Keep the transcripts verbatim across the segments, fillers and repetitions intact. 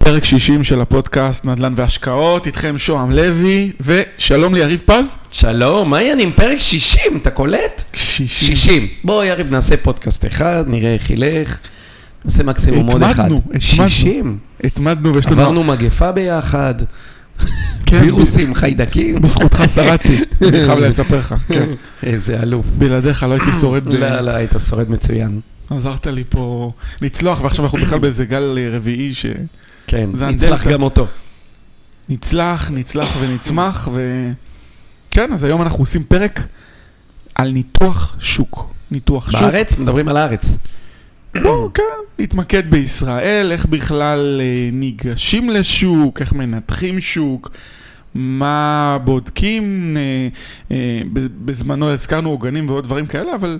פרק שישים של הפודקאסט נדל"ן והשקעות, איתכם שוהם לוי, ושלום ליריב פז. שלום, מה יענים? פרק שישים, אתה קולט? שישים. שישים. בוא יריב, נעשה פודקאסט אחד, נראה איך ילך, נעשה מקסימום עוד אחד. התמדנו, שישים. התמדנו, ויש לנו... עברנו מגפה ביחד, כן, וירוסים, חיידקים. בזכותך שרדתי, אני חייב לספר לך. כן. איזה אלוף. בלעדיך לא הייתי שורד... לא, לא, היית שורד מצוין. עזרת לי פה לצלוח, ועכשיו אנחנו בכלל באיזה גל רביעי ש... כן, נצלח גם אותו. נצלח, נצלח ונצמח, ו... כן, אז היום אנחנו עושים פרק על ניתוח שוק. ניתוח שוק. בארץ? מדברים על הארץ. בואו, כן, נתמקד בישראל, איך בכלל ניגשים לשוק, איך מנתחים שוק, מה בודקים, בזמנו הזכרנו עוגנים ועוד דברים כאלה, אבל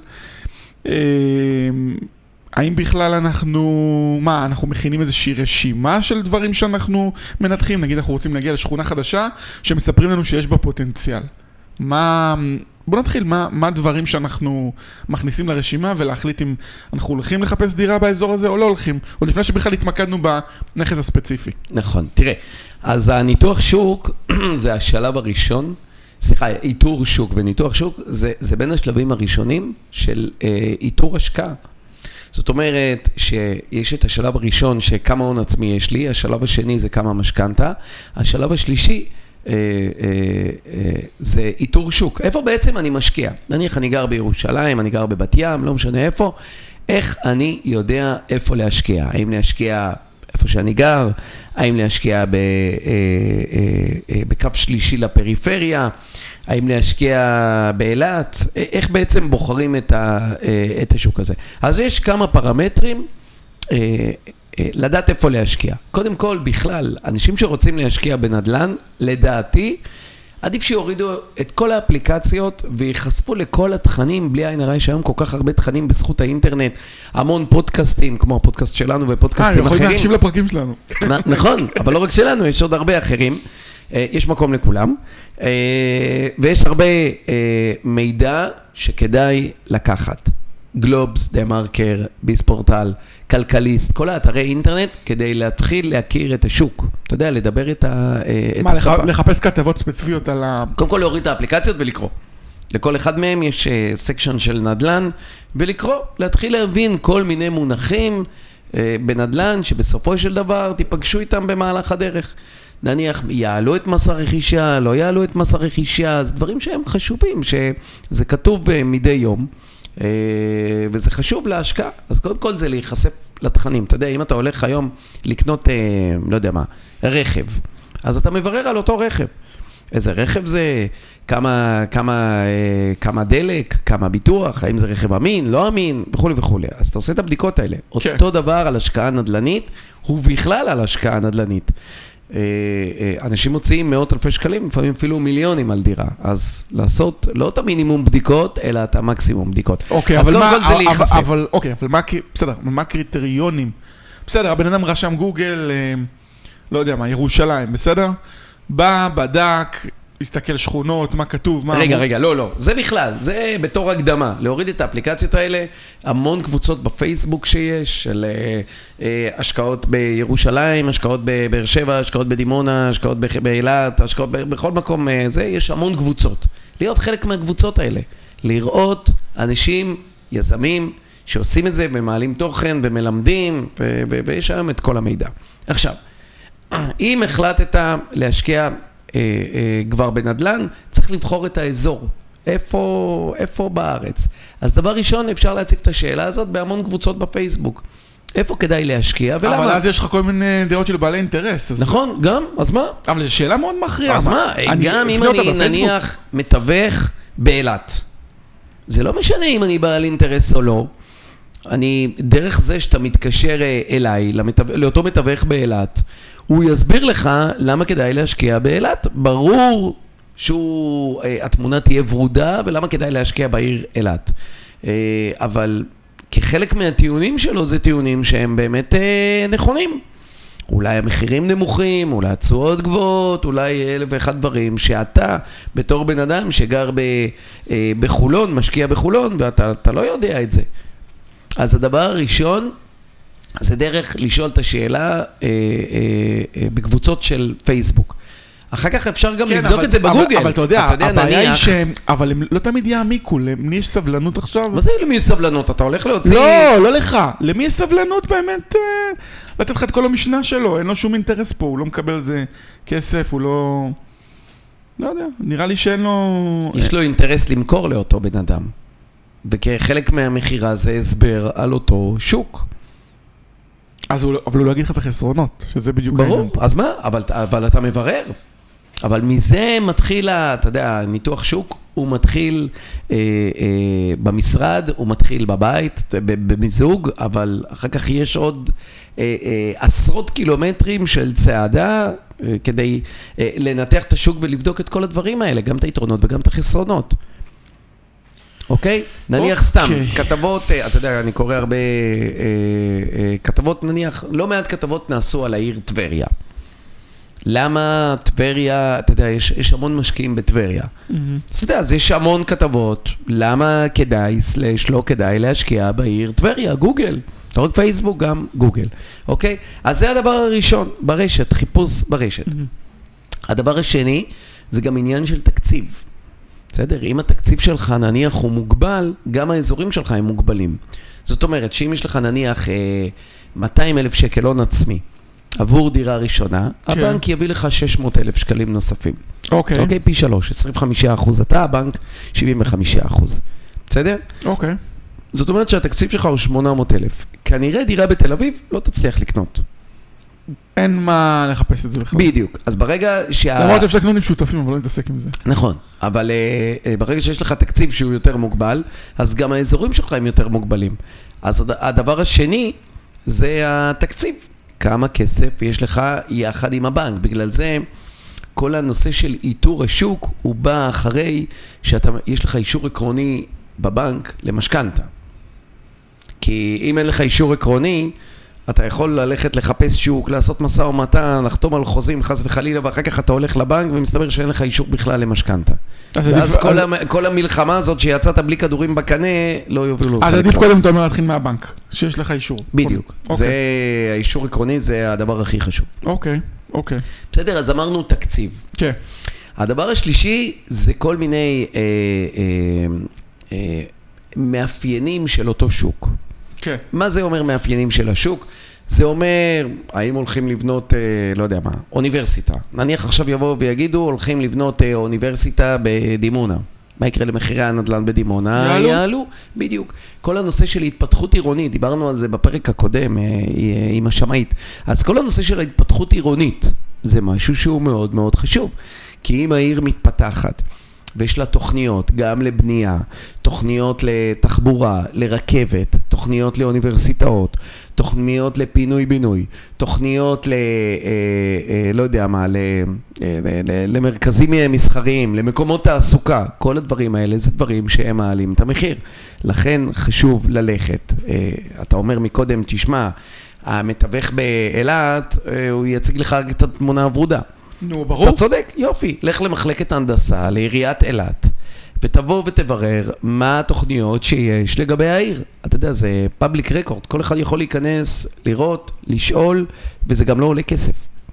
האם בכלל אנחנו, מה, אנחנו מכינים איזושהי רשימה של דברים שאנחנו מנתחים, נגיד אנחנו רוצים להגיע לשכונה חדשה שמספרים לנו שיש בה פוטנציאל. מה, בוא נתחיל, מה, מה הדברים שאנחנו מכניסים לרשימה ולהחליט אם אנחנו הולכים לחפש דירה באזור הזה או לא הולכים, או לפני שבכלל התמקדנו בנכס הספציפי. נכון, תראה, אז הניתוח שוק זה השלב הראשון, סליחה, איתור שוק וניתוח שוק זה, זה בין השלבים הראשונים של אה, איתור השקעה. זאת אומרת שיש את השלב הראשון שכמה הון עצמי יש לי, השלב השני זה כמה משכנתה, השלב השלישי אה, אה, אה, זה איתור שוק. איפה בעצם אני משקיע? נניח אני גר בירושלים, אני גר בבת ים, לא משנה איפה, איך אני יודע איפה להשקיע? האם להשקיע איפה שאני גר, האם להשקיע ב, אה, אה, אה, בקו שלישי לפריפריה, האם להשקיע באילת, איך בעצם בוחרים את, ה, אה, את השוק הזה. אז יש כמה פרמטרים אה, אה, לדעת איפה להשקיע. קודם כל, בכלל, אנשים שרוצים להשקיע בנדל"ן, לדעתי, עדיף שיורידו את כל האפליקציות ויחשפו לכל התכנים, בלי עין הרע, יש היום כל כך הרבה תכנים בזכות האינטרנט, המון פודקאסטים, כמו הפודקאסט שלנו ופודקאסטים אחרים. יכולים להקשיב לפרקים שלנו. נכון, אבל לא רק שלנו, יש עוד הרבה אחרים. יש מקום לכולם, ויש הרבה מידע שכדאי לקחת. גלובס, דה מרקר, ביספורטל, כלכליסט, כל האתרי אינטרנט, כדי להתחיל להכיר את השוק. אתה יודע, לדבר את השפה. מה, לחפש כתבות ספציפיות על ה... קודם כל להוריד את האפליקציות ולקרוא. לכל אחד מהם יש סקשן של נדל"ן, ולקרוא, להתחיל להבין כל מיני מונחים בנדל"ן, שבסופו של דבר תיפגשו איתם במהלך הדרך. נניח, יעלו את מס הרכישה, לא יעלו את מס הרכישה, זה דברים שהם חשובים, שזה כתוב מדי יום. וזה חשוב להשקעה, אז קודם כל זה להיחשף לתכנים. אתה יודע, אם אתה הולך היום לקנות, לא יודע מה, רכב, אז אתה מברר על אותו רכב. איזה רכב זה, כמה, כמה, כמה דלק, כמה ביטוח, האם זה רכב אמין, לא אמין, וכו' וכו'. אז אתה עושה את הבדיקות האלה. Okay. אותו דבר על השקעה נדל"נית, ובכלל על השקעה נדל"נית. אנשים מוציאים מאות אלפי שקלים, לפעמים אפילו מיליונים על דירה, אז לעשות לא את המינימום בדיקות, אלא את המקסימום בדיקות. אוקיי, אבל מה, אבל, אוקיי, אבל מה, בסדר, מה הקריטריונים? בסדר, הבן אדם רשם גוגל, לא יודע מה, ירושלים, בסדר? בא, בדק, הסתכל שכונות, מה כתוב, מה... רגע, רגע, לא, לא, זה בכלל, זה בתור הקדמה, להוריד את האפליקציות האלה, המון קבוצות בפייסבוק שיש, של אה, אה, השקעות בירושלים, השקעות בבאר שבע, השקעות בדימונה, השקעות באילת, השקעות בכל מקום, אה, זה, יש המון קבוצות. להיות חלק מהקבוצות האלה, לראות אנשים, יזמים, שעושים את זה ומעלים תוכן ומלמדים, ו- ו- ויש היום את כל המידע. עכשיו, אם החלטת להשקיע אה, אה, כבר בנדל"ן, צריך לבחור את האזור. איפה, איפה בארץ? אז דבר ראשון, אפשר להציף את השאלה הזאת בהמון קבוצות בפייסבוק. איפה כדאי להשקיע ולמה? אבל אז יש לך כל מיני דעות של בעלי אינטרס. אז... נכון, גם, אז מה? אבל זו שאלה מאוד מכריעה. אז מה? מה? גם אם אני נניח מתווך באילת. זה לא משנה אם אני בעל אינטרס או לא. אני, דרך זה שאתה מתקשר אליי, למתו... לאותו מתווך באילת, הוא יסביר לך למה כדאי להשקיע באילת. ברור שהוא, התמונה תהיה ורודה, ולמה כדאי להשקיע בעיר אילת. אבל כחלק מהטיעונים שלו, זה טיעונים שהם באמת נכונים. אולי המחירים נמוכים, אולי התשואות גבוהות, אולי אלף ואחד דברים שאתה, בתור בן אדם שגר בחולון, משקיע בחולון, ואתה אתה לא יודע את זה. אז הדבר הראשון, זה דרך לשאול את השאלה אה, אה, אה, בקבוצות של פייסבוק. אחר כך אפשר גם כן, לבדוק אבל, את זה בגוגל. אבל, אבל אתה יודע, אתה יודע הבעיה נניח... היא שהם, אבל הם לא תמיד יעמיקו, למי יש סבלנות עכשיו? מה זה למי יש סבלנות? אתה הולך להוציא... לא, לא לך. למי יש סבלנות באמת אה, לתת לך את כל המשנה שלו? אין לו שום אינטרס פה, הוא לא מקבל על זה כסף, הוא לא... לא יודע, נראה לי שאין לו... יש לו אינטרס למכור לאותו בן אדם. וכחלק מהמחירה זה הסבר על אותו שוק. אז הוא, אבל הוא לא יגיד לך את החסרונות, שזה בדיוק... ברור, אז מה? אבל, אבל אתה מברר. אבל מזה מתחיל, אתה יודע, ניתוח שוק, הוא מתחיל אה, אה, במשרד, הוא מתחיל בבית, במיזוג, אבל אחר כך יש עוד אה, אה, עשרות קילומטרים של צעדה, אה, כדי אה, לנתח את השוק ולבדוק את כל הדברים האלה, גם את היתרונות וגם את החסרונות. אוקיי? נניח סתם, כתבות, אתה יודע, אני קורא הרבה כתבות, נניח, לא מעט כתבות נעשו על העיר טבריה. למה טבריה, אתה יודע, יש, יש המון משקיעים בטבריה. אז אתה יודע, אז יש המון כתבות, למה כדאי, סלש, לא כדאי להשקיע בעיר טבריה, גוגל. לא רק פייסבוק, גם גוגל. אוקיי? אז זה הדבר הראשון, ברשת, חיפוש ברשת. הדבר השני, זה גם עניין של תקציב. בסדר? אם התקציב שלך נניח הוא מוגבל, גם האזורים שלך הם מוגבלים. זאת אומרת, שאם יש לך נניח מאתיים אלף שקל הון עצמי עבור דירה ראשונה, כן. הבנק יביא לך שש מאות אלף שקלים נוספים. אוקיי. אוקיי, פי שלוש, עשרים וחמישה אחוז אתה, הבנק שבעים וחמישה אחוז. בסדר? אוקיי. זאת אומרת שהתקציב שלך הוא שמונה מאות אלף. כנראה דירה בתל אביב לא תצליח לקנות. אין מה לחפש את זה בכלל. בדיוק. אז ברגע שה... למרות אפשר לקנות עם שותפים, אבל לא נתעסק עם זה. נכון. אבל uh, ברגע שיש לך תקציב שהוא יותר מוגבל, אז גם האזורים שלך הם יותר מוגבלים. אז הדבר השני זה התקציב. כמה כסף יש לך יחד עם הבנק. בגלל זה כל הנושא של איתור השוק הוא בא אחרי שיש לך אישור עקרוני בבנק למשכנתה. כי אם אין לך אישור עקרוני, אתה יכול ללכת לחפש שוק, לעשות מסע ומתן, לחתום על חוזים, חס וחלילה, ואחר כך אתה הולך לבנק ומסתבר שאין לך אישור בכלל למשכנתה. ואז כל, המ... כל המלחמה הזאת שיצאת בלי כדורים בקנה, לא יובילו. אז עדיף קודם אתה אומר להתחיל מהבנק, שיש לך אישור. בדיוק. זה האישור עקרוני, זה הדבר הכי חשוב. אוקיי, אוקיי. בסדר, אז אמרנו תקציב. כן. הדבר השלישי זה כל מיני אה, אה, אה, מאפיינים של אותו שוק. כן. מה זה אומר מאפיינים של השוק? זה אומר, האם הולכים לבנות, לא יודע מה, אוניברסיטה. נניח עכשיו יבואו ויגידו, הולכים לבנות אוניברסיטה בדימונה. מה יקרה למחירי הנדל"ן בדימונה? יעלו. יעלו, בדיוק. כל הנושא של התפתחות עירונית, דיברנו על זה בפרק הקודם עם השמאית. אז כל הנושא של ההתפתחות עירונית, זה משהו שהוא מאוד מאוד חשוב. כי אם העיר מתפתחת, ויש לה תוכניות, גם לבנייה, תוכניות לתחבורה, לרכבת, תוכניות לאוניברסיטאות, תוכניות לפינוי-בינוי, תוכניות ל... לא יודע מה, למרכזים מסחריים, למקומות תעסוקה, כל הדברים האלה זה דברים שהם מעלים את המחיר. לכן חשוב ללכת. אתה אומר מקודם, תשמע, המתווך באילת, הוא יציג לך את התמונה הוורודה. נו, ברור. אתה צודק, יופי. לך למחלקת ההנדסה, לעיריית אילת, ותבוא ותברר מה התוכניות שיש לגבי העיר. אתה יודע, זה פאבליק רקורד. כל אחד יכול להיכנס, לראות, לשאול, וזה גם לא עולה כסף.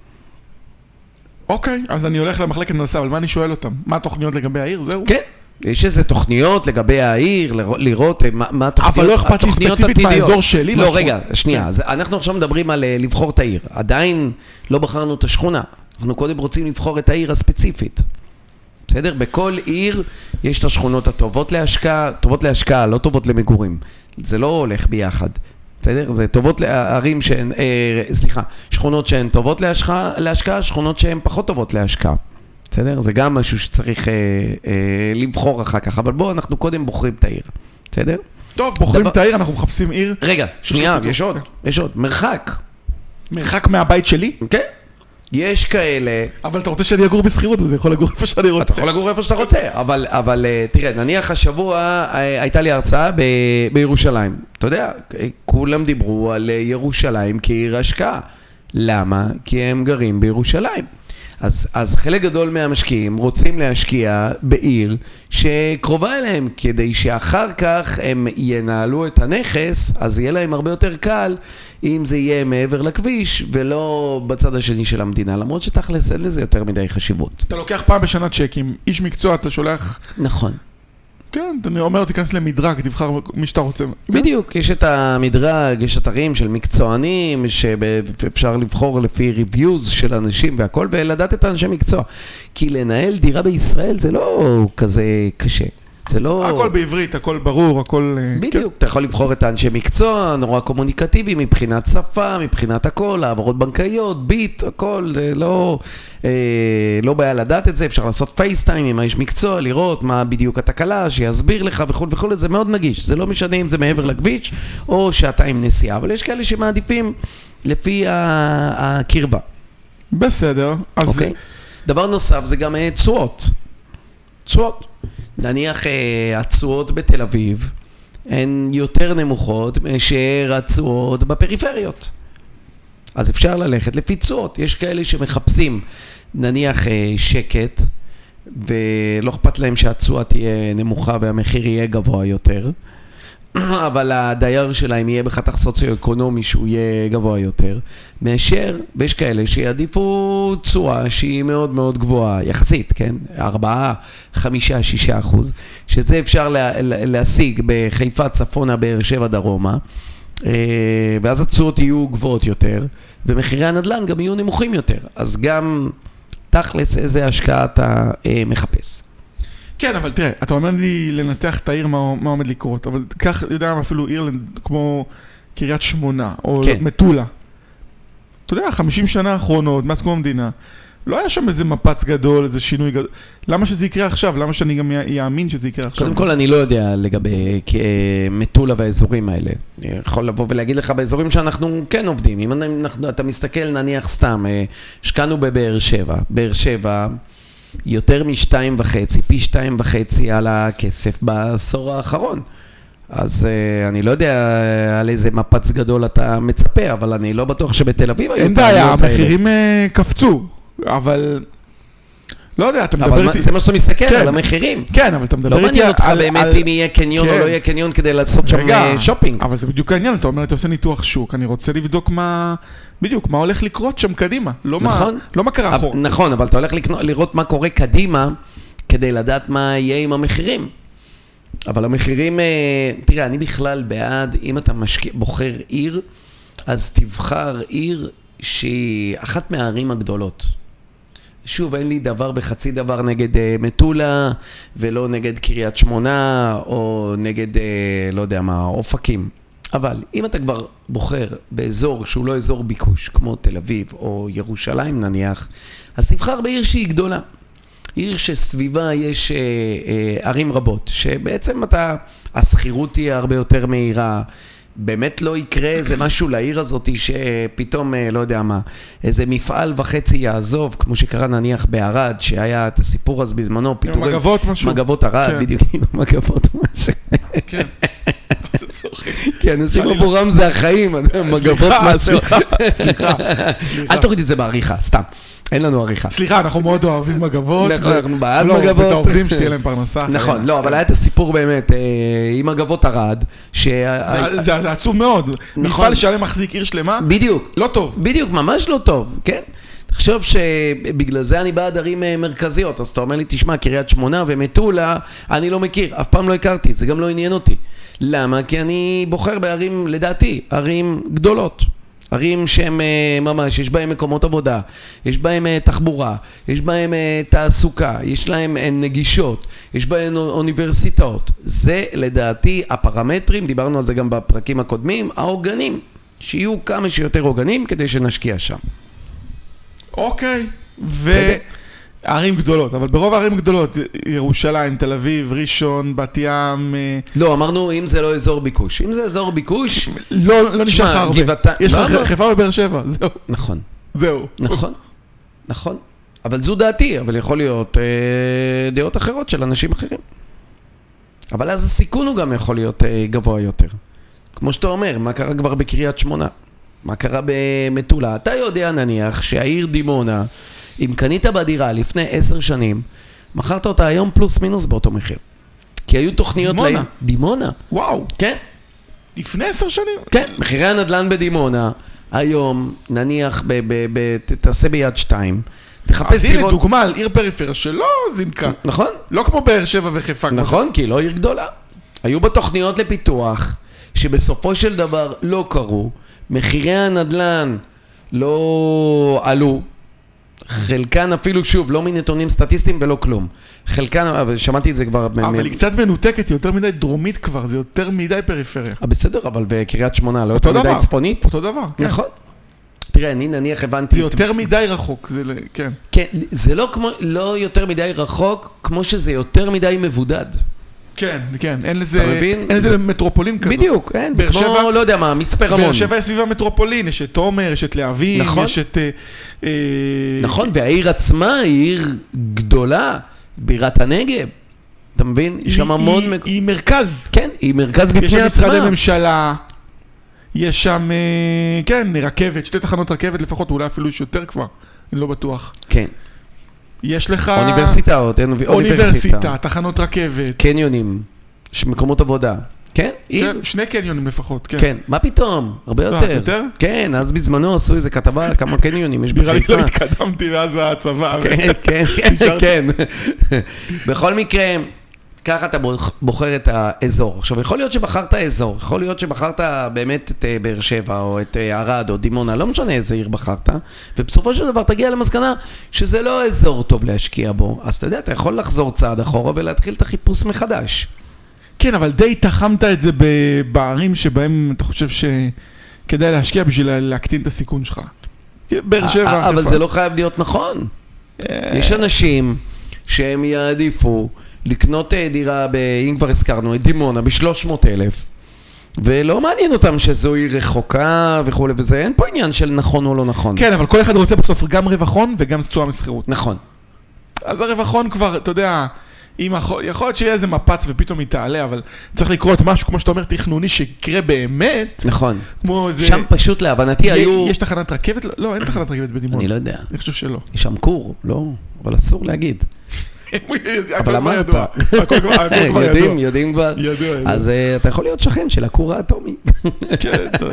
אוקיי, אז אני הולך למחלקת ההנדסה, אבל מה אני שואל אותם? מה התוכניות לגבי העיר? זהו? כן. יש איזה תוכניות לגבי העיר, לראות מה, מה התוכניות, אבל לא אכפת לי ספציפית מהאזור שלי. לא, רגע, שנייה. כן. אנחנו עכשיו מדברים על לבחור את העיר. עדיין לא בחרנו את השכונה. אנחנו קודם רוצים לבחור את העיר הספציפית. בסדר? בכל עיר יש את השכונות הטובות להשקעה, טובות להשקעה, לא טובות למגורים. זה לא הולך ביחד. בסדר? זה טובות לערים שהן, אה, סליחה, שכונות שהן טובות להשקעה, להשקעה, שכונות שהן פחות טובות להשקעה. בסדר? זה גם משהו שצריך אה, אה, לבחור אחר כך. אבל בואו, אנחנו קודם בוחרים את העיר. בסדר? טוב, בוחרים דבר... את העיר, אנחנו מחפשים עיר. רגע, שנייה, יש עוד, יש עוד. מרחק. מרחק מהבית שלי? כן. יש כאלה... אבל אתה רוצה שאני אגור בסחירות, אז אני יכול לגור איפה שאני רוצה. אתה יכול לגור איפה שאתה רוצה, אבל, אבל תראה, נניח השבוע הייתה לי הרצאה ב, בירושלים. אתה יודע, כולם דיברו על ירושלים כעיר השקעה. למה? כי הם גרים בירושלים. אז, אז חלק גדול מהמשקיעים רוצים להשקיע בעיר שקרובה אליהם, כדי שאחר כך הם ינהלו את הנכס, אז יהיה להם הרבה יותר קל אם זה יהיה מעבר לכביש ולא בצד השני של המדינה, למרות שתכלס אין לזה יותר מדי חשיבות. אתה לוקח פעם בשנה צ'קים, איש מקצוע, אתה שולח... נכון. כן, אני אומר, תיכנס למדרג, תבחר מי שאתה רוצה. בדיוק, יש את המדרג, יש אתרים של מקצוענים, שאפשר לבחור לפי ריוויוז של אנשים והכל, ולדעת את האנשי מקצוע. כי לנהל דירה בישראל זה לא כזה קשה. זה לא... הכל בעברית, הכל ברור, הכל... בדיוק, אתה יכול לבחור את האנשי מקצוע, נורא קומוניקטיבי, מבחינת שפה, מבחינת הכל, העברות בנקאיות, ביט, הכל, זה לא... לא בעיה לדעת את זה, אפשר לעשות פייסטיים עם האיש מקצוע, לראות מה בדיוק התקלה, שיסביר לך וכו' וכו', זה מאוד נגיש, זה לא משנה אם זה מעבר לכביש או שעתיים נסיעה, אבל יש כאלה שמעדיפים לפי הקרבה. בסדר. אז... אוקיי. דבר נוסף זה גם תשואות. תשואות. נניח התשואות בתל אביב הן יותר נמוכות מאשר התשואות בפריפריות. אז אפשר ללכת לפי תשואות. יש כאלה שמחפשים נניח שקט, ולא אכפת להם שהתשואה תהיה נמוכה והמחיר יהיה גבוה יותר, אבל הדייר שלהם יהיה בחתך סוציו-אקונומי שהוא יהיה גבוה יותר, מאשר, ויש כאלה שיעדיפו תשואה שהיא מאוד מאוד גבוהה, יחסית, כן? ארבעה, חמישה, שישה אחוז, שזה אפשר לה, להשיג בחיפה צפונה, באר שבע דרומה, ואז התשואות יהיו גבוהות יותר, ומחירי הנדל"ן גם יהיו נמוכים יותר. אז גם תכלס איזה השקעה אתה מחפש. כן, אבל תראה, אתה אומר לי לנתח את העיר מה, מה עומד לקרות, אבל כך, יודע, אפילו עיר כמו קריית שמונה, או כן. מטולה. אתה יודע, חמישים שנה האחרונות, מאז קום המדינה, לא היה שם איזה מפץ גדול, איזה שינוי גדול. למה שזה יקרה עכשיו? למה שאני גם יאמין שזה יקרה עכשיו? קודם כל, אני לא יודע לגבי מטולה והאזורים האלה. אני יכול לבוא ולהגיד לך באזורים שאנחנו כן עובדים. אם אנחנו, אתה מסתכל, נניח סתם, השקענו בבאר שבע. באר שבע... יותר משתיים וחצי, פי שתיים וחצי על הכסף בעשור האחרון. אז uh, אני לא יודע על איזה מפץ גדול אתה מצפה, אבל אני לא בטוח שבתל אביב היו... אין בעיה, המחירים uh, קפצו, אבל... לא יודע, אתה מדבר איתי... זה מה שאתה מסתכל, כן, על המחירים. כן, אבל אתה מדבר איתי על... לא מעניין אותך באמת אם יהיה קניון או לא יהיה קניון כדי לעשות שם שופינג. אבל זה בדיוק העניין, אתה אומר, אתה עושה ניתוח שוק, אני רוצה לבדוק מה... בדיוק, מה הולך לקרות שם קדימה, לא מה קרה אחורה. נכון, אבל אתה הולך לראות מה קורה קדימה, כדי לדעת מה יהיה עם המחירים. אבל המחירים... תראה, אני בכלל בעד, אם אתה בוחר עיר, אז תבחר עיר שהיא אחת מהערים הגדולות. שוב, אין לי דבר בחצי דבר נגד uh, מטולה, ולא נגד קריית שמונה, או נגד, uh, לא יודע מה, אופקים. אבל אם אתה כבר בוחר באזור שהוא לא אזור ביקוש, כמו תל אביב או ירושלים נניח, אז תבחר בעיר שהיא גדולה. עיר שסביבה יש uh, uh, ערים רבות, שבעצם אתה, הסחירות תהיה הרבה יותר מהירה, באמת לא יקרה איזה משהו לעיר הזאת שפתאום, לא יודע מה, איזה מפעל וחצי יעזוב, כמו שקרה נניח בערד, שהיה את הסיפור אז בזמנו, פיתורים... מגבות משהו. מגבות ערד, כן. בדיוק, מגבות משהו. כן. כי אנשים עבורם זה החיים, מגבות משהו. סליחה, סליחה. אל תוריד את זה בעריכה, סתם. אין לנו עריכה. סליחה, אנחנו מאוד אוהבים מגבות. נכון, אנחנו בעד מגבות. ואת העובדים שתהיה להם פרנסה. נכון, לא, אבל היה את הסיפור באמת, עם מגבות ערד, זה עצוב מאוד. מפעל שעליהם מחזיק עיר שלמה. בדיוק. לא טוב. בדיוק, ממש לא טוב, כן? תחשוב שבגלל זה אני בעד ערים מרכזיות, אז אתה אומר לי, תשמע, קריית שמונה ומטולה, אני לא מכיר, אף פעם לא הכרתי, זה גם לא עניין אותי. למה? כי אני בוחר בערים, לדעתי, ערים גדולות. ערים שהם ממש, יש בהם מקומות עבודה, יש בהם תחבורה, יש בהם תעסוקה, יש להם נגישות, יש בהם אוניברסיטאות. זה לדעתי הפרמטרים, דיברנו על זה גם בפרקים הקודמים, העוגנים, שיהיו כמה שיותר עוגנים כדי שנשקיע שם. אוקיי, וערים גדולות, אבל ברוב הערים גדולות, ירושלים, תל אביב, ראשון, בת ים... לא, אמרנו אם זה לא אזור ביקוש. אם זה אזור ביקוש... לא, לא נשאר הרבה. יש לך חיפה ובאר שבע, זהו. נכון. זהו. נכון, נכון. אבל זו דעתי, אבל יכול להיות אה, דעות אחרות של אנשים אחרים. אבל אז הסיכון הוא גם יכול להיות אה, גבוה יותר. כמו שאתה אומר, מה קרה כבר בקריית שמונה? מה קרה במטולה? אתה יודע נניח שהעיר דימונה אם קנית בדירה לפני עשר שנים, מכרת אותה היום פלוס מינוס באותו מחיר. כי היו תוכניות... דימונה. לה... דימונה. וואו. כן. לפני עשר שנים? כן, מחירי הנדל"ן בדימונה, היום, נניח, ב- ב- ב- תעשה ביד שתיים, תחפש אז הנה דירות... דוגמה על עיר פריפריה שלא זינקה. נכון. לא כמו באר שבע וחיפה. נכון, כי היא לא עיר גדולה. היו בה תוכניות לפיתוח, שבסופו של דבר לא קרו, מחירי הנדל"ן לא עלו, חלקן אפילו שוב, לא מנתונים סטטיסטיים ולא כלום. חלקן, אבל שמעתי את זה כבר... אבל היא קצת מנותקת, היא יותר מדי דרומית כבר, זה יותר מדי פריפריה. בסדר, אבל בקריית שמונה, לא יותר מדי צפונית? אותו דבר, כן. נכון. תראה, אני נניח הבנתי... זה יותר מדי רחוק, זה כן. כן, זה לא כמו, לא יותר מדי רחוק, כמו שזה יותר מדי מבודד. כן, כן, אין לזה... אתה מבין? אין לזה מטרופולין כזאת. בדיוק, אין, זה כמו, לא יודע מה, מצפה רמון. באר שבע יש סביב המטרופולין, יש את תומר, יש את להבים, יש את... נכון, והעיר עצמה היא עיר גדולה, בירת הנגב. אתה מבין? יש שם המון... היא מרכז. כן, היא מרכז בפני עצמה. יש שם משרדי ממשלה, יש שם, כן, רכבת, שתי תחנות רכבת לפחות, אולי אפילו יש יותר כבר, אני לא בטוח. כן. יש לך... אוניברסיטאות, אוניברסיטה, תחנות רכבת. קניונים, מקומות עבודה. כן? שני קניונים לפחות, כן. כן, מה פתאום? הרבה יותר. יותר? כן, אז בזמנו עשו איזה כתבה, כמה קניונים יש בחיפה. נראה לי לא התקדמתי ואז הצבא. כן, כן, כן. בכל מקרה, ככה אתה בוחר את האזור. עכשיו, יכול להיות שבחרת אזור, יכול להיות שבחרת באמת את באר שבע, או את ערד, או דימונה, לא משנה איזה עיר בחרת, ובסופו של דבר תגיע למסקנה שזה לא אזור טוב להשקיע בו. אז אתה יודע, אתה יכול לחזור צעד אחורה ולהתחיל את החיפוש מחדש. כן, אבל די תחמת את זה בערים שבהם אתה חושב שכדאי להשקיע בשביל להקטין את הסיכון שלך. באר שבע. אבל זה לא חייב להיות נכון. יש אנשים שהם יעדיפו לקנות דירה, אם כבר הזכרנו, את דימונה ב-שלוש מאות אלף, ולא מעניין אותם שזו עיר רחוקה וכו' וזה, אין פה עניין של נכון או לא נכון. כן, אבל כל אחד רוצה בסוף גם רווחון וגם תשואה מסחירות. נכון. אז הרווחון כבר, אתה יודע, יכול להיות שיהיה איזה מפץ ופתאום היא תעלה, אבל צריך לקרות משהו, כמו שאתה אומר, תכנוני שיקרה באמת. נכון. כמו זה... שם פשוט להבנתי היו... יש תחנת רכבת? לא, אין תחנת רכבת בדימונה. אני לא יודע. אני חושב שלא. יש שם קור, לא, אבל אסור להגיד. אבל אמרת. יודעים, יודעים כבר. אז אתה יכול להיות שכן של הכור האטומי. כן, טוב.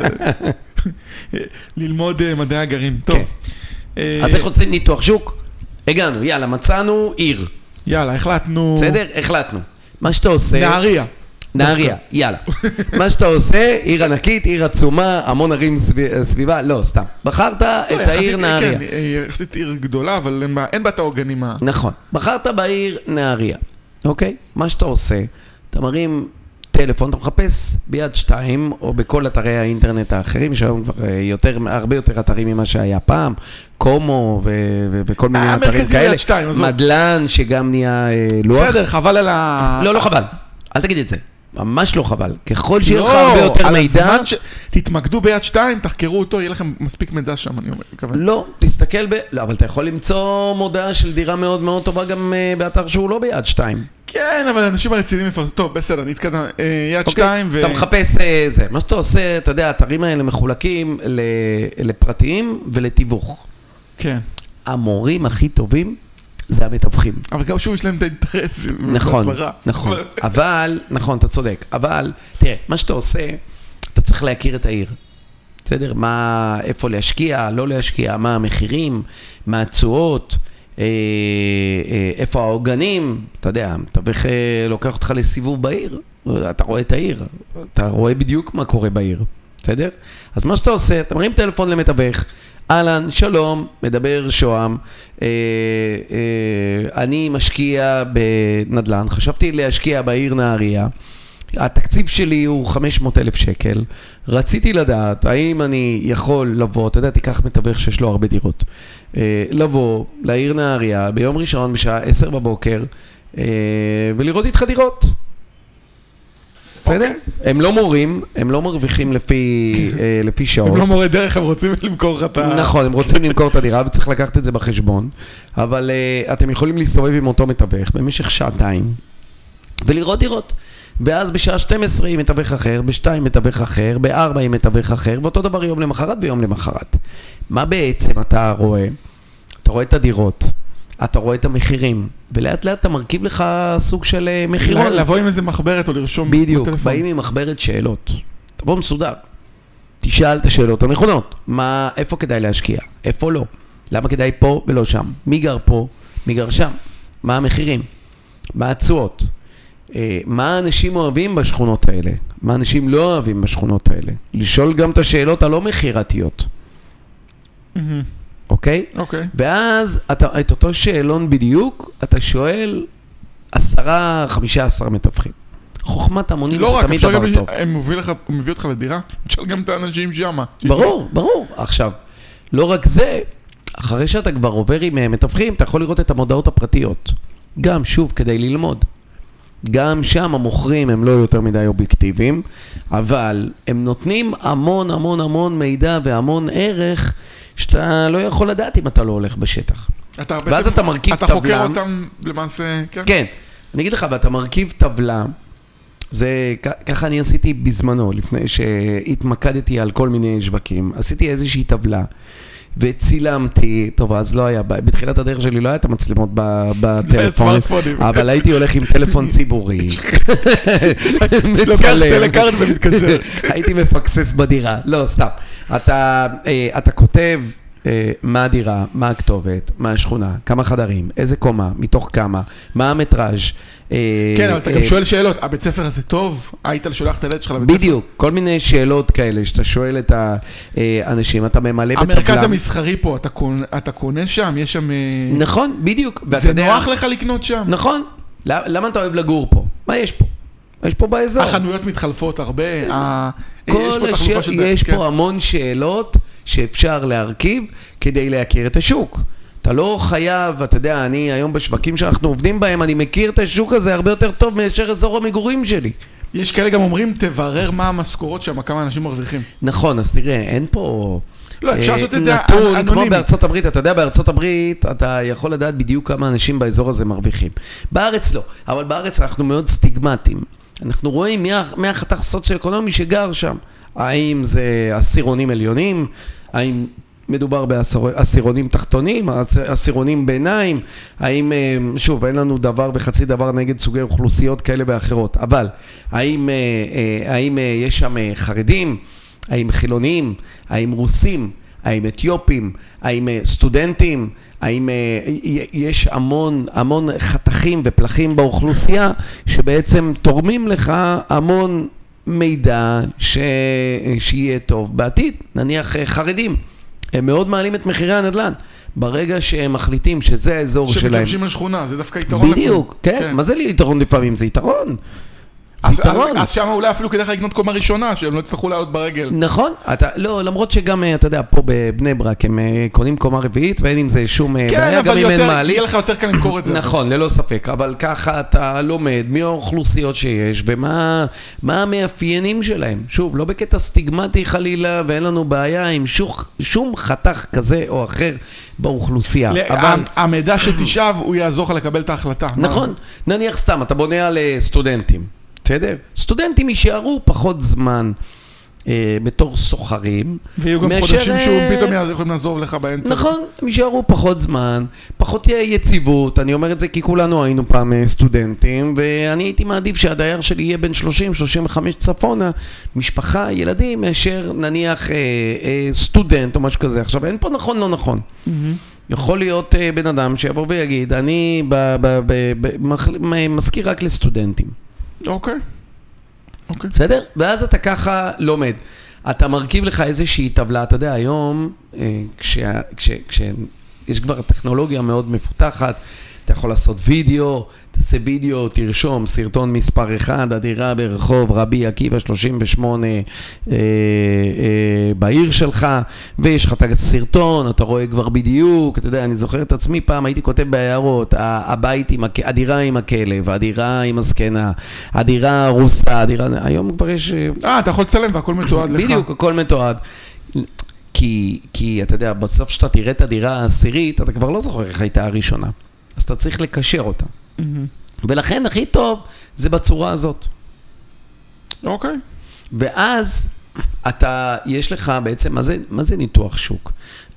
ללמוד מדעי הגרעין. טוב. אז איך עושים ניתוח שוק? הגענו, יאללה, מצאנו עיר. יאללה, החלטנו... בסדר? החלטנו. מה שאתה עושה... נהריה. נהריה, יאללה. מה שאתה עושה, עיר ענקית, עיר עצומה, המון ערים סביבה, לא, סתם. בחרת את העיר נהריה. כן, יחסית עיר גדולה, אבל אין בה את העוגנים. נכון. בחרת בעיר נהריה, אוקיי? מה שאתה עושה, אתה מרים טלפון, אתה מחפש ביד שתיים, או בכל אתרי האינטרנט האחרים, שהיום כבר יותר, הרבה יותר אתרים ממה שהיה פעם, קומו וכל מיני אתרים כאלה. מדלן, שגם נהיה לוח. בסדר, חבל על ה... לא, לא חבל. אל תגיד את זה. ממש לא חבל. ככל שיהיה לך הרבה יותר מידע... תתמקדו ביד שתיים, תחקרו אותו, יהיה לכם מספיק מידע שם, אני אומר. לא, תסתכל ב... לא, אבל אתה יכול למצוא מודעה של דירה מאוד מאוד טובה גם באתר שהוא לא ביד שתיים. כן, אבל אנשים הרציניים מפרסמים. טוב, בסדר, נתקדם. יד שתיים ו... אתה מחפש זה. מה שאתה עושה, אתה יודע, האתרים האלה מחולקים לפרטיים ולתיווך. כן. המורים הכי טובים זה המתווכים. אבל גם שוב יש להם את האינטרס. נכון, נכון. אבל, נכון, אתה צודק. אבל, תראה, מה שאתה עושה, אתה צריך להכיר את העיר. בסדר? מה, איפה להשקיע, לא להשקיע, מה המחירים, מה התשואות, איפה העוגנים, אתה יודע, מתווך לוקח אותך לסיבוב בעיר, אתה רואה את העיר, אתה רואה בדיוק מה קורה בעיר. בסדר? אז מה שאתה עושה, אתה מרים טלפון למתווך, אהלן, שלום, מדבר שוהם, אה, אה, אני משקיע בנדל"ן, חשבתי להשקיע בעיר נהריה, התקציב שלי הוא חמש מאות אלף שקל, רציתי לדעת האם אני יכול לבוא, אתה יודע, תיקח מתווך שיש לו הרבה דירות, אה, לבוא לעיר נהריה ביום ראשון בשעה עשר בבוקר, אה, ולראות איתך דירות. בסדר? הם לא מורים, הם לא מרוויחים לפי שעות. הם לא מורי דרך, הם רוצים למכור לך את ה... נכון, הם רוצים למכור את הדירה וצריך לקחת את זה בחשבון, אבל אתם יכולים להסתובב עם אותו מתווך במשך שעתיים ולראות דירות. ואז בשעה שתים עשרה היא מתווך אחר, בשתיים מתווך אחר, בארבע היא מתווך אחר, ואותו דבר יום למחרת ויום למחרת. מה בעצם אתה רואה? אתה רואה את הדירות, אתה רואה את המחירים, ולאט לאט אתה מרכיב לך סוג של מחירון. לבוא עם איזה מחברת או לרשום בדיוק, בטלפון. באים עם מחברת שאלות. תבוא מסודר. תשאל את השאלות הנכונות. מה, איפה כדאי להשקיע? איפה לא? למה כדאי פה ולא שם? מי גר פה? מי גר שם? מה המחירים? מה התשואות? מה האנשים אוהבים בשכונות האלה? מה אנשים לא אוהבים בשכונות האלה? לשאול גם את השאלות הלא מחירתיות. אוקיי? אוקיי. ואז אתה, את אותו שאלון בדיוק, אתה שואל עשרה, חמישה עשר מתווכים. חוכמת המונים זה תמיד דבר טוב. לא רק, הם מביא אותך לדירה, תשאל גם את האנשים שמה. ברור, ברור. עכשיו, לא רק זה, אחרי שאתה כבר עובר עם מתווכים, אתה יכול לראות את המודעות הפרטיות. גם, שוב, כדי ללמוד. גם שם המוכרים הם לא יותר מדי אובייקטיביים, אבל הם נותנים המון המון המון מידע והמון ערך, שאתה לא יכול לדעת אם אתה לא הולך בשטח. אתה ואז בעצם, אתה מרכיב אתה טבלה. חוקר אותם למעשה, כן? כן. אני אגיד לך, ואתה מרכיב טבלה, זה, ככה אני עשיתי בזמנו, לפני שהתמקדתי על כל מיני שווקים, עשיתי איזושהי טבלה, וצילמתי, טוב, אז לא היה, בתחילת הדרך שלי לא היה את המצלמות בטלפון, אבל הייתי הולך עם טלפון ציבורי, מצלם, ומתקשר. הייתי מפקסס בדירה, לא, סתם. אתה כותב מה הדירה, מה הכתובת, מה השכונה, כמה חדרים, איזה קומה, מתוך כמה, מה המטראז'. כן, אבל אתה גם שואל שאלות, הבית ספר הזה טוב? היית לשולח את הילד שלך לבית ספר? בדיוק, כל מיני שאלות כאלה, שאתה שואל את האנשים, אתה ממלא בטבלה. המרכז המסחרי פה, אתה קונה שם, יש שם... נכון, בדיוק. זה נוח לך לקנות שם? נכון. למה אתה אוהב לגור פה? מה יש פה? יש פה באזור. החנויות מתחלפות הרבה, יש פה המון שאלות שאפשר להרכיב כדי להכיר את השוק. אתה לא חייב, אתה יודע, אני היום בשווקים שאנחנו עובדים בהם, אני מכיר את השוק הזה הרבה יותר טוב מאשר אזור המגורים שלי. יש כאלה גם אומרים, תברר מה המשכורות שם, כמה אנשים מרוויחים. נכון, אז תראה, אין פה... לא, אפשר לעשות את זה נתון, כמו בארצות הברית, אתה יודע, בארצות הברית אתה יכול לדעת בדיוק כמה אנשים באזור הזה מרוויחים. בארץ לא, אבל בארץ אנחנו מאוד סטיגמטיים. אנחנו רואים מי החתך סוציו-אקונומי שגר שם. האם זה עשירונים עליונים, האם מדובר בעשירונים תחתונים, עשירונים ביניים, האם, שוב, אין לנו דבר וחצי דבר נגד סוגי אוכלוסיות כאלה ואחרות, אבל האם, האם יש שם חרדים, האם חילונים, האם רוסים, האם אתיופים, האם סטודנטים, האם יש המון, המון חתכים ופלחים באוכלוסייה שבעצם תורמים לך המון מידע ש... שיהיה טוב בעתיד. נניח חרדים, הם מאוד מעלים את מחירי הנדל"ן. ברגע שהם מחליטים שזה האזור שלהם. שמתלבשים על שכונה, זה דווקא יתרון. בדיוק, כן. כן. מה זה לי יתרון לפעמים? זה יתרון. אז, אז, אז שם אולי אפילו כדאי לך לקנות קומה ראשונה, שהם לא יצטרכו לעלות ברגל. נכון, אתה, לא, למרות שגם, אתה יודע, פה בבני ברק הם קונים קומה רביעית, ואין עם זה שום כן, בעיה, גם אם אין מעלית. יהיה לך יותר כאן למכור את זה. נכון, ללא ספק, אבל ככה אתה לומד מי האוכלוסיות שיש, ומה מה המאפיינים שלהם. שוב, לא בקטע סטיגמטי חלילה, ואין לנו בעיה עם שוך, שום חתך כזה או אחר באוכלוסייה. אבל... המידע שתשאב, הוא יעזור לך לקבל את ההחלטה. נכון, נניח סתם, אתה בונה על סטודנטים. בסדר? סטודנטים יישארו פחות זמן אה, בתור סוחרים. ויהיו גם מאשר, חודשים שהוא פתאום יכולים לעזור לך באמצע. נכון, הם יישארו פחות זמן, פחות יציבות. אני אומר את זה כי כולנו היינו פעם סטודנטים, ואני הייתי מעדיף שהדייר שלי יהיה בין שלושים שלושים וחמש צפונה, משפחה, ילדים, מאשר נניח אה, אה, סטודנט או משהו כזה. עכשיו, אין פה נכון לא נכון. Mm-hmm. יכול להיות אה, בן אדם שיבוא ויגיד, אני ב, ב, ב, ב, מחל... מזכיר רק לסטודנטים. אוקיי. אוקיי. בסדר? ואז אתה ככה לומד. אתה מרכיב לך איזושהי טבלה. אתה יודע, היום, כשיש כבר טכנולוגיה מאוד מפותחת, אתה יכול לעשות וידאו, תעשה וידאו, תרשום, סרטון מספר אחד, הדירה ברחוב רבי עקיבא שלושים ושמונה אה, אה, בעיר שלך, ויש לך את הסרטון, אתה רואה כבר בדיוק, אתה יודע, אני זוכר את עצמי פעם, הייתי כותב בהערות, הבית עם, הדירה עם הכלב, הדירה עם הזקנה, הדירה הרוסה, הדירה, היום כבר יש... אה, אתה יכול לצלם והכל מתועד לך. בדיוק, הכל מתועד. כי, כי אתה יודע, בסוף שאתה תראה את הדירה העשירית, אתה כבר לא זוכר איך הייתה הראשונה. אז אתה צריך לקשר אותה. Mm-hmm. ולכן הכי טוב זה בצורה הזאת. אוקיי. ואז אתה, יש לך בעצם, מה זה, מה זה ניתוח שוק?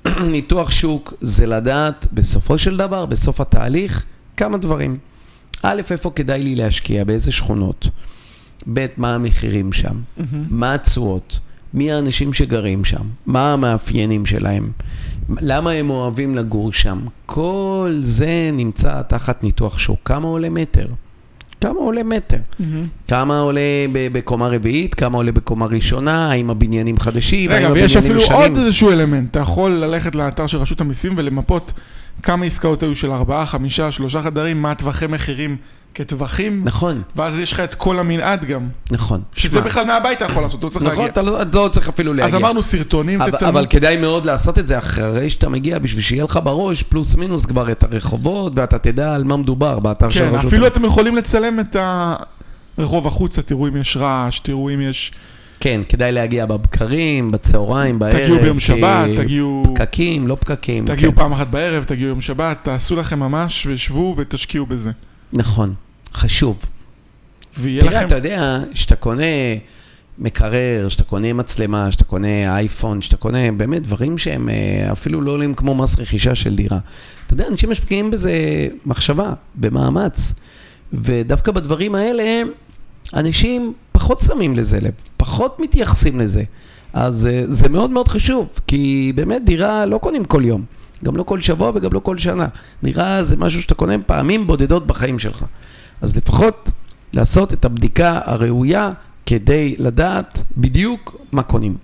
ניתוח שוק זה לדעת בסופו של דבר, בסוף התהליך, כמה דברים. א', איפה כדאי לי להשקיע, באיזה שכונות. ב', מה המחירים שם, mm-hmm. מה התשואות, מי האנשים שגרים שם, מה המאפיינים שלהם, למה הם אוהבים לגור שם. כל זה נמצא תחת ניתוח שוק. כמה עולה מטר? כמה עולה מטר? Mm-hmm. כמה עולה בקומה רביעית? כמה עולה בקומה ראשונה? האם הבניינים חדשים? רגע, ויש אפילו משנים? עוד איזשהו אלמנט. אתה יכול ללכת לאתר של רשות המיסים ולמפות כמה עסקאות היו של ארבעה, חמישה, שלושה חדרים, מה טווחי מחירים כטווחים. נכון. ואז יש לך את כל המנעד גם. נכון. שזה שמה. בכלל מהבית אתה יכול לעשות, אתה צריך נכון, להגיע. אתה לא, אתה לא צריך אפילו להגיע. אז אמרנו סרטונים, אבל, תצלמו. אבל כדאי מאוד לעשות את זה אחרי שאתה מגיע, בשביל שיהיה לך בראש פלוס מינוס כבר את הרחובות, ואתה תדע על מה מדובר באתר של רשות. כן, אפילו אתם יכולים לצלם את הרחוב החוצה, תראו אם יש רעש, תראו אם יש... כן, כדאי להגיע בבקרים, בצהריים, בערב. תגיעו ביום שבת, תגיעו... פקקים, לא פקקים. תגיעו פעם אחת בערב, תגיעו יום שבת, תעשו לכם ממש ושבו ותשקיעו בזה. נכון, חשוב. ויהיה תראה, לכם... אתה יודע, שאתה קונה מקרר, שאתה קונה מצלמה, שאתה קונה אייפון, שאתה קונה באמת דברים שהם אפילו לא עולים כמו מס רכישה של דירה. אתה יודע, אנשים משקיעים בזה מחשבה, במאמץ. ודווקא בדברים האלה, אנשים פחות שמים לזה לב, פחות מתייחסים לזה. אז זה מאוד מאוד חשוב, כי באמת דירה לא קונים כל יום, גם לא כל שבוע וגם לא כל שנה. דירה זה משהו שאתה קונה פעמים בודדות בחיים שלך. אז לפחות לעשות את הבדיקה הראויה כדי לדעת בדיוק מה קונים.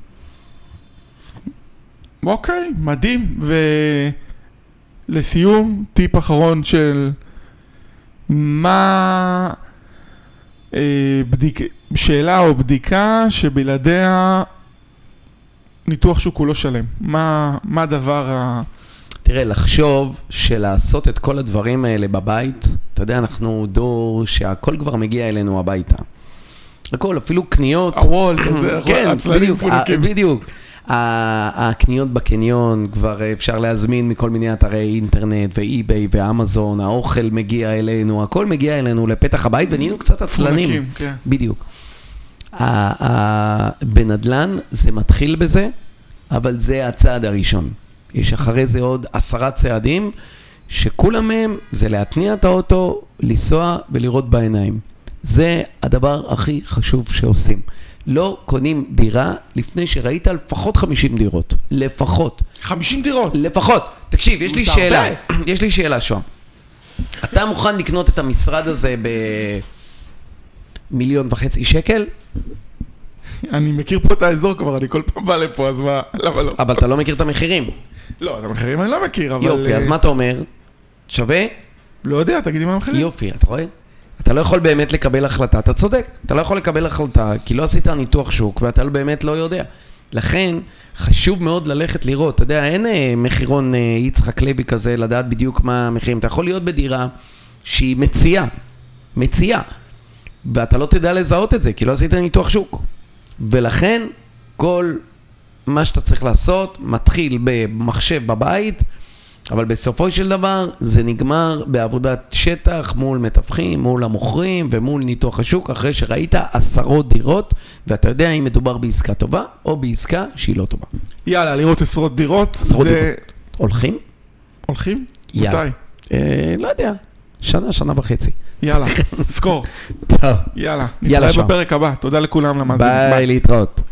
אוקיי, מדהים. ולסיום, טיפ אחרון של מה... בדיק... שאלה או בדיקה שבלעדיה ניתוח שוק הוא לא שלם. מה, מה הדבר ה... תראה, לחשוב שלעשות את כל הדברים האלה בבית, אתה יודע, אנחנו דור שהכל כבר מגיע אלינו הביתה. הכל, אפילו קניות. הוולט, זה כן, בדיוק, בדיוק. הקניות בקניון כבר אפשר להזמין מכל מיני אתרי אינטרנט ואי-ביי ואמזון, האוכל מגיע אלינו, הכל מגיע אלינו לפתח הבית ונהיינו קצת עצלנים. בדיוק. בנדלן זה מתחיל בזה, אבל זה הצעד הראשון. יש אחרי זה עוד עשרה צעדים, שכולם מהם זה להתניע את האוטו, לנסוע ולראות בעיניים. זה הדבר הכי חשוב שעושים. לא קונים דירה לפני שראית לפחות חמישים דירות. לפחות. חמישים דירות? לפחות. תקשיב, יש לי שאלה. יש לי שאלה, שום. אתה מוכן לקנות את המשרד הזה במיליון וחצי שקל? אני מכיר פה את האזור כבר, אני כל פעם בא לפה, אז מה? למה לא? אבל אתה לא מכיר את המחירים. לא, את המחירים אני לא מכיר, אבל... יופי, אז מה אתה אומר? שווה? לא יודע, תגידי מה המחירים. יופי, אתה רואה? אתה לא יכול באמת לקבל החלטה, אתה צודק. אתה לא יכול לקבל החלטה, כי לא עשית ניתוח שוק, ואתה באמת לא יודע. לכן, חשוב מאוד ללכת לראות. אתה יודע, אין מחירון יצחק לוי כזה, לדעת בדיוק מה המחירים. אתה יכול להיות בדירה שהיא מציעה, מציעה, ואתה לא תדע לזהות את זה, כי לא עשית ניתוח שוק. ולכן, כל מה שאתה צריך לעשות, מתחיל במחשב בבית, אבל בסופו של דבר זה נגמר בעבודת שטח מול מתווכים, מול המוכרים ומול ניתוח השוק, אחרי שראית עשרות דירות, ואתה יודע אם מדובר בעסקה טובה או בעסקה שהיא לא טובה. יאללה, לראות עשרות דירות. עשרות זה... דירות. הולכים? הולכים? יאללה. מתי? אה, לא יודע. שנה, שנה וחצי. יאללה, סקור. טוב. יאללה. נתראה בפרק הבא. תודה לכולם למאזינים. ביי, להתראות.